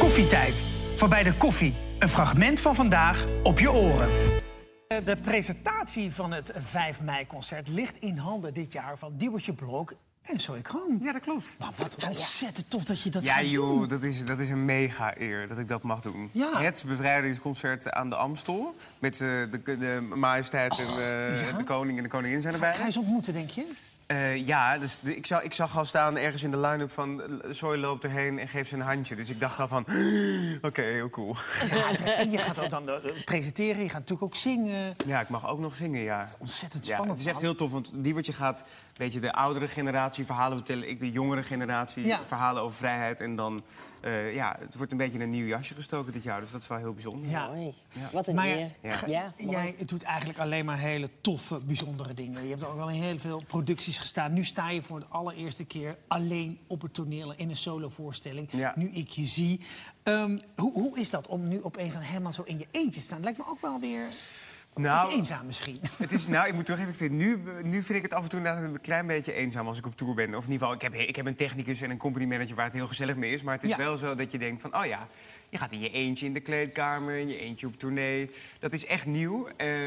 Koffietijd. Voorbij de koffie. Een fragment van vandaag op je oren. De presentatie van het 5 mei-concert ligt in handen dit jaar van Diewertje Blok en Zoe Kroon. Ja, dat klopt. Maar wat ontzettend tof dat je dat Ja, gaat joh, doen. dat is een mega eer dat ik dat mag doen. Ja. Het bevrijdingsconcert aan de Amstel. Met de majesteit en de koning en de koningin zijn erbij. Ga je ze ontmoeten, denk je? Ja, dus ik zag al staan ergens in de line-up van... Zoe loopt erheen en geeft ze een handje. Dus ik dacht al van, oké, heel cool. Ja, en je gaat ook dan presenteren, je gaat natuurlijk ook zingen. Ja, ik mag ook nog zingen, ja. Ontzettend Ja, spannend. het is echt heel tof, want Diewertje gaat een beetje de oudere generatie verhalen vertellen. Ik de jongere generatie verhalen over vrijheid. En dan, het wordt een beetje een nieuw jasje gestoken dit jaar. Dus dat is wel heel bijzonder. Ja. Mooi. Ja. Wat een eer. Ja. Jij doet eigenlijk alleen maar hele toffe, bijzondere dingen. Je hebt ook al in heel veel producties gestaan. Nu sta je voor de allereerste keer alleen op het toneel in een solovoorstelling. Ja. Nu ik je zie. Hoe is dat om nu opeens dan helemaal zo in je eentje te staan? Lijkt me ook wel weer een beetje eenzaam misschien. Het is, ik moet toegeven, nu vind ik het af en toe een klein beetje eenzaam als ik op tour ben. Of in ieder geval, ik heb een technicus en een company manager waar het heel gezellig mee is. Maar het is wel zo dat je denkt van, je gaat in je eentje in de kleedkamer, in je eentje op tournee. Dat is echt nieuw.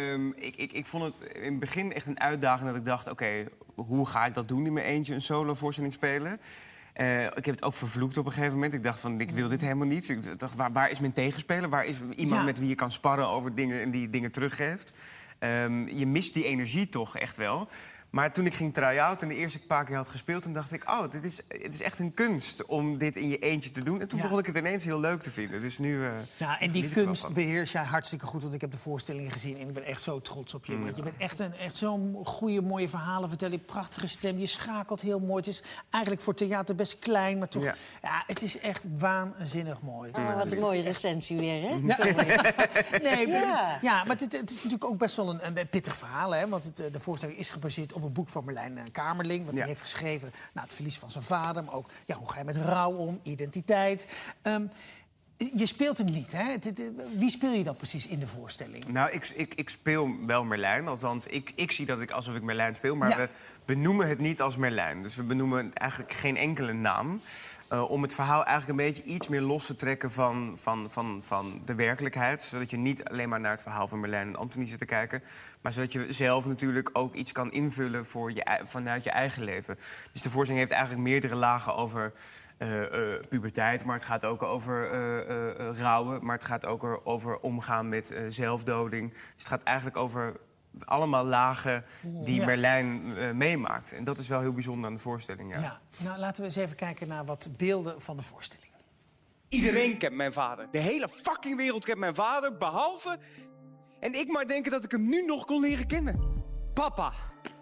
Ik vond het in het begin echt een uitdaging dat ik dacht, oké, hoe ga ik dat doen in mijn eentje, een solo-voorstelling spelen? Ik heb het ook vervloekt op een gegeven moment. Ik dacht van, ik wil dit helemaal niet. Ik dacht, waar is mijn tegenspeler? Waar is iemand met wie je kan sparren over dingen en die dingen teruggeeft? Je mist die energie toch echt wel. Maar toen ik ging try-out en de eerste paar keer had gespeeld... toen dacht ik, het is echt een kunst om dit in je eentje te doen. En toen begon ik het ineens heel leuk te vinden. Dus nu... en die kunst beheers jij hartstikke goed. Want ik heb de voorstellingen gezien en ik ben echt zo trots op je. Want je bent echt zo'n goede, mooie verhalen vertellen. Je prachtige stem, je schakelt heel mooi. Het is eigenlijk voor theater best klein, maar toch... Ja, het is echt waanzinnig mooi. Oh, wat een mooie recensie weer, hè? Maar het is natuurlijk ook best wel een pittig verhaal. Hè? Want de voorstelling is gebaseerd op een boek van Merlijn Kamerling. Wat hij heeft geschreven na het verlies van zijn vader. Maar ook, hoe ga je met rouw om, identiteit. Je speelt hem niet, hè? Wie speel je dan precies in de voorstelling? Nou, ik speel wel Merlijn. Althans, ik zie dat ik alsof ik Merlijn speel. Maar we benoemen het niet als Merlijn. Dus we benoemen eigenlijk geen enkele naam. Om het verhaal eigenlijk een beetje iets meer los te trekken van de werkelijkheid. Zodat je niet alleen maar naar het verhaal van Merlijn en Anthony zit te kijken. Maar zodat je zelf natuurlijk ook iets kan invullen vanuit je eigen leven. Dus de voorstelling heeft eigenlijk meerdere lagen over... puberteit, maar het gaat ook over rouwen. Maar het gaat ook over omgaan met zelfdoding. Dus het gaat eigenlijk over allemaal lagen die Merlijn meemaakt. En dat is wel heel bijzonder aan de voorstelling, Nou, laten we eens even kijken naar wat beelden van de voorstelling. Iedereen kent mijn vader. De hele fucking wereld kent mijn vader, behalve... En ik maar denken dat ik hem nu nog kon leren kennen. Papa.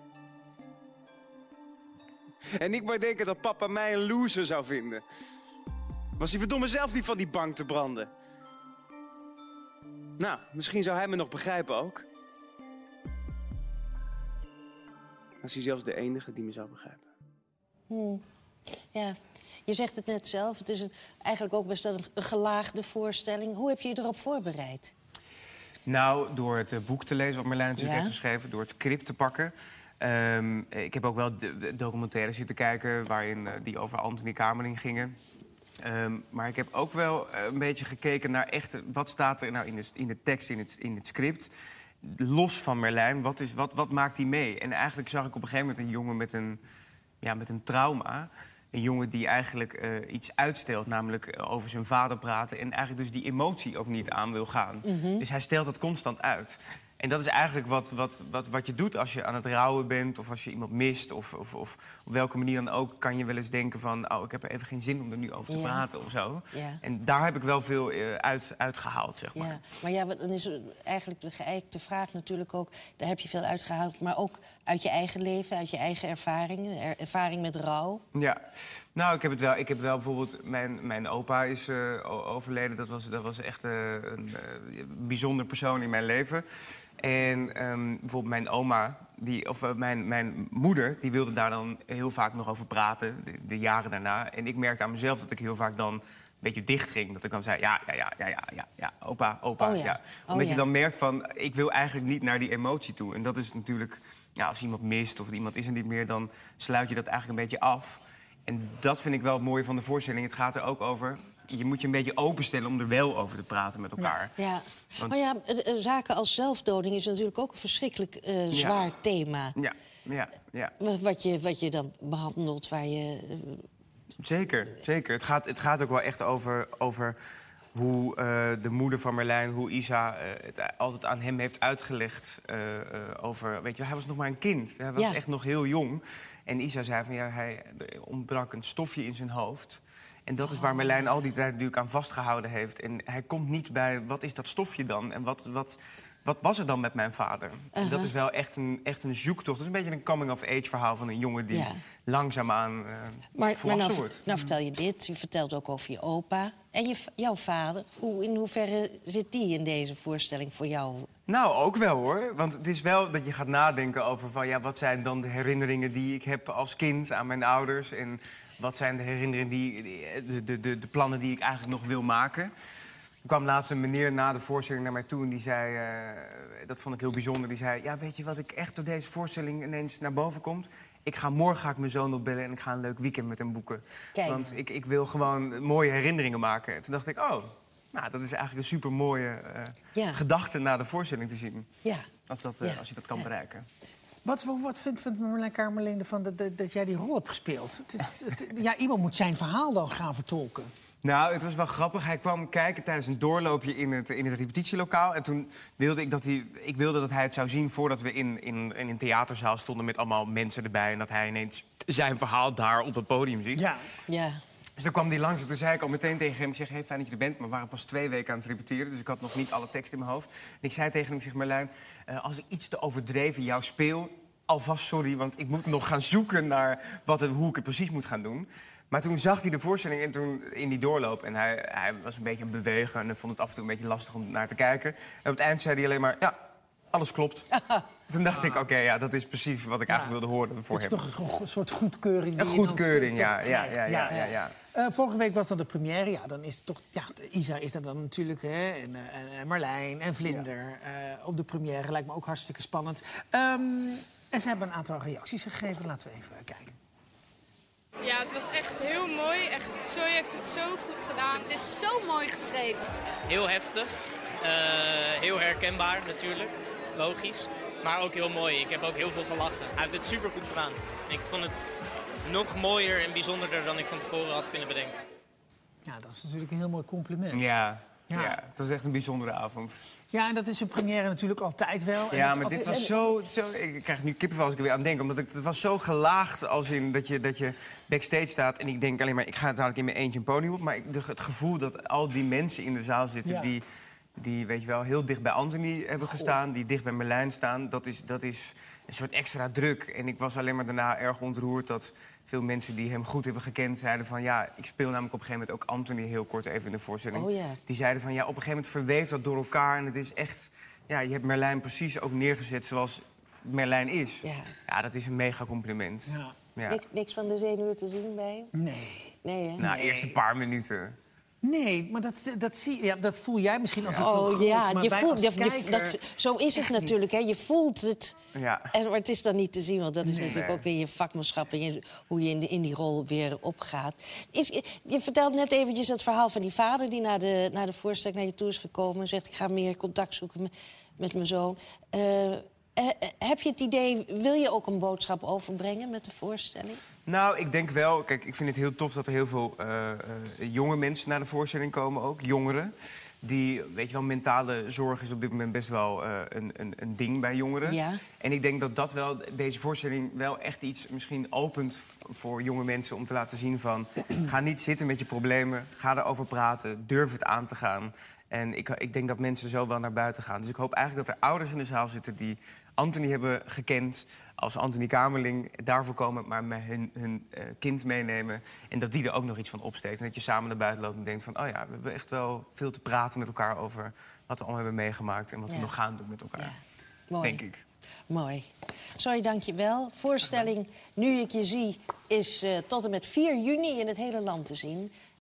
En ik maar denken dat papa mij een loser zou vinden. Was hij verdomme zelf niet van die bank te branden. Nou, misschien zou hij me nog begrijpen ook. Was hij zelfs de enige die me zou begrijpen. Ja, je zegt het net zelf. Het is eigenlijk ook best wel een gelaagde voorstelling. Hoe heb je je erop voorbereid? Nou, door het boek te lezen wat Merlijn natuurlijk heeft geschreven. Door het script te pakken. Ik heb ook wel documentaires zitten kijken die over Anthony Kamerling gingen. Maar ik heb ook wel een beetje gekeken naar echt... wat staat er nou in de tekst, in het script... los van Merlijn, wat maakt hij mee? En eigenlijk zag ik op een gegeven moment een jongen met een trauma... Een jongen die eigenlijk iets uitstelt, namelijk over zijn vader praten... en eigenlijk dus die emotie ook niet aan wil gaan. Dus hij stelt het constant uit. En dat is eigenlijk wat je doet als je aan het rouwen bent... of als je iemand mist, of op welke manier dan ook... kan je wel eens denken van, ik heb er even geen zin om er nu over te praten of zo. Ja. En daar heb ik wel veel uitgehaald, zeg maar. Maar dan is eigenlijk de geëikte vraag natuurlijk ook... daar heb je veel uitgehaald, maar ook uit je eigen leven... uit je eigen ervaringen, ervaring met rouw. Ja. Nou, ik heb wel bijvoorbeeld... Mijn opa is overleden. Dat was echt een bijzonder persoon in mijn leven... En bijvoorbeeld mijn oma, mijn moeder, die wilde daar dan heel vaak nog over praten, de jaren daarna. En ik merkte aan mezelf dat ik heel vaak dan een beetje dicht ging. Dat ik dan zei, ja, opa, Omdat je dan merkt van, ik wil eigenlijk niet naar die emotie toe. En dat is natuurlijk, als iemand mist of iemand is er niet meer, dan sluit je dat eigenlijk een beetje af. En dat vind ik wel het mooie van de voorstelling. Het gaat er ook over... Je moet je een beetje openstellen om er wel over te praten met elkaar. Ja. Want... Maar ja, zaken als zelfdoding is natuurlijk ook een verschrikkelijk zwaar thema. Ja. Wat je dan behandelt, waar je... Zeker. Het gaat ook wel echt over hoe de moeder van Merlijn, hoe Isa het altijd aan hem heeft uitgelegd over... Weet je, hij was nog maar een kind. Hij was echt nog heel jong. En Isa zei van, er ontbrak een stofje in zijn hoofd. En dat is waar Merlijn al die tijd natuurlijk aan vastgehouden heeft. En hij komt niet bij, wat is dat stofje dan? En wat was er dan met mijn vader? En dat is wel echt een zoektocht. Dat is een beetje een coming-of-age verhaal van een jongen die langzaamaan volwassen wordt. Nou vertel je dit, je vertelt ook over je opa en jouw vader. In hoeverre zit die in deze voorstelling voor jou? Nou, ook wel hoor. Want het is wel dat je gaat nadenken over van, wat zijn dan de herinneringen die ik heb als kind aan mijn ouders? En wat zijn de herinneringen, de plannen die ik eigenlijk nog wil maken? Er kwam laatst een meneer na de voorstelling naar mij toe en die zei... dat vond ik heel bijzonder. Die zei, weet je wat ik echt door deze voorstelling ineens naar boven komt? Morgen ga ik mijn zoon opbellen en ik ga een leuk weekend met hem boeken. Kijk. Want ik wil gewoon mooie herinneringen maken. En toen dacht ik, dat is eigenlijk een supermooie gedachte na de voorstelling te zien. Ja. Als je dat kan bereiken. Wat vindt Merlijn Kamerling ervan dat jij die rol hebt gespeeld? Iemand moet zijn verhaal dan gaan vertolken. Nou, het was wel grappig. Hij kwam kijken tijdens een doorloopje in het repetitielokaal. En toen wilde ik dat hij het zou zien voordat we in een theaterzaal stonden met allemaal mensen erbij. En dat hij ineens zijn verhaal daar op het podium ziet. Ja. Dus toen kwam hij langs en toen zei ik al meteen tegen hem... Ik zeg, fijn dat je er bent, maar we waren pas 2 weken aan het repeteren. Dus ik had nog niet alle tekst in mijn hoofd. En ik zei tegen hem, Merlijn, als ik iets te overdreven jou speel... alvast sorry, want ik moet nog gaan zoeken naar hoe ik het precies moet gaan doen. Maar toen zag hij de voorstelling en toen in die doorloop... en hij was een beetje aan het bewegen en vond het af en toe een beetje lastig om naar te kijken. En op het eind zei hij alleen maar, alles klopt. Toen dacht ik, dat is precies wat ik eigenlijk wilde horen voor hem. Het is toch een soort goedkeuring. Een goedkeuring, ja. Vorige week was dan de première. Ja, dan is het toch... Isa is er dan natuurlijk, hè. En Marlijn en Vlinder op de première. Lijkt me ook hartstikke spannend. En ze hebben een aantal reacties gegeven. Laten we even kijken. Ja, het was echt heel mooi. Echt, Zoe heeft het zo goed gedaan. Het is zo mooi geschreven. Heel heftig. Heel herkenbaar natuurlijk. Logisch. Maar ook heel mooi. Ik heb ook heel veel gelachen. Hij heeft het supergoed gedaan. Ik vond het nog mooier en bijzonderder dan ik van tevoren had kunnen bedenken. Ja, dat is natuurlijk een heel mooi compliment. Ja, het was echt een bijzondere avond. Ja, en dat is een première natuurlijk altijd wel. Ja, maar dit was zo... Ik krijg nu kippenvel als ik er weer aan denk. Omdat het was zo gelaagd als in dat je backstage staat... en ik denk alleen maar, ik ga dadelijk in mijn eentje een podium op. Maar het gevoel dat al die mensen in de zaal zitten... die weet je wel, heel dicht bij Anthony hebben gestaan... die dicht bij Merlijn staan, dat is een soort extra druk. En ik was alleen maar daarna erg ontroerd dat veel mensen die hem goed hebben gekend... zeiden van, ik speel namelijk op een gegeven moment ook Anthony heel kort even in de voorstelling. Die zeiden van, op een gegeven moment verweeft dat door elkaar... en het is echt, je hebt Merlijn precies ook neergezet zoals Merlijn is. Ja, dat is een mega compliment. Ja. Niks van de zenuwen te zien bij hem? Nee, hè? Nou, eerst een paar minuten. Nee, maar dat voel jij misschien als het zo groot. Maar zo is het natuurlijk, hè. Je voelt het, maar het is dan niet te zien... want dat is natuurlijk ook weer je vakmanschap... en hoe je in die rol weer opgaat. Je vertelt net eventjes het verhaal van die vader... die na de voorstelling naar je toe is gekomen... en zegt, ik ga meer contact zoeken met mijn zoon. Heb je het idee, wil je ook een boodschap overbrengen met de voorstelling? Nou, ik denk wel. Kijk, ik vind het heel tof dat er heel veel jonge mensen naar de voorstelling komen ook. Jongeren. Die, weet je wel, mentale zorg is op dit moment best wel een ding bij jongeren. Ja. En ik denk dat deze voorstelling wel echt iets misschien opent voor jonge mensen... om te laten zien van, ga niet zitten met je problemen. Ga erover praten. Durf het aan te gaan. En ik denk dat mensen zo wel naar buiten gaan. Dus ik hoop eigenlijk dat er ouders in de zaal zitten die Anthony hebben gekend... als Anthony Kamerling daarvoor komen, maar met hun kind meenemen... en dat die er ook nog iets van opsteekt. En dat je samen naar buiten loopt en denkt van... we hebben echt wel veel te praten met elkaar over wat we allemaal hebben meegemaakt... en wat we nog gaan doen met elkaar, Mooi. denk ik. Mooi. Zoe, dank je wel. Voorstelling Nu ik je zie is tot en met 4 juni in het hele land te zien.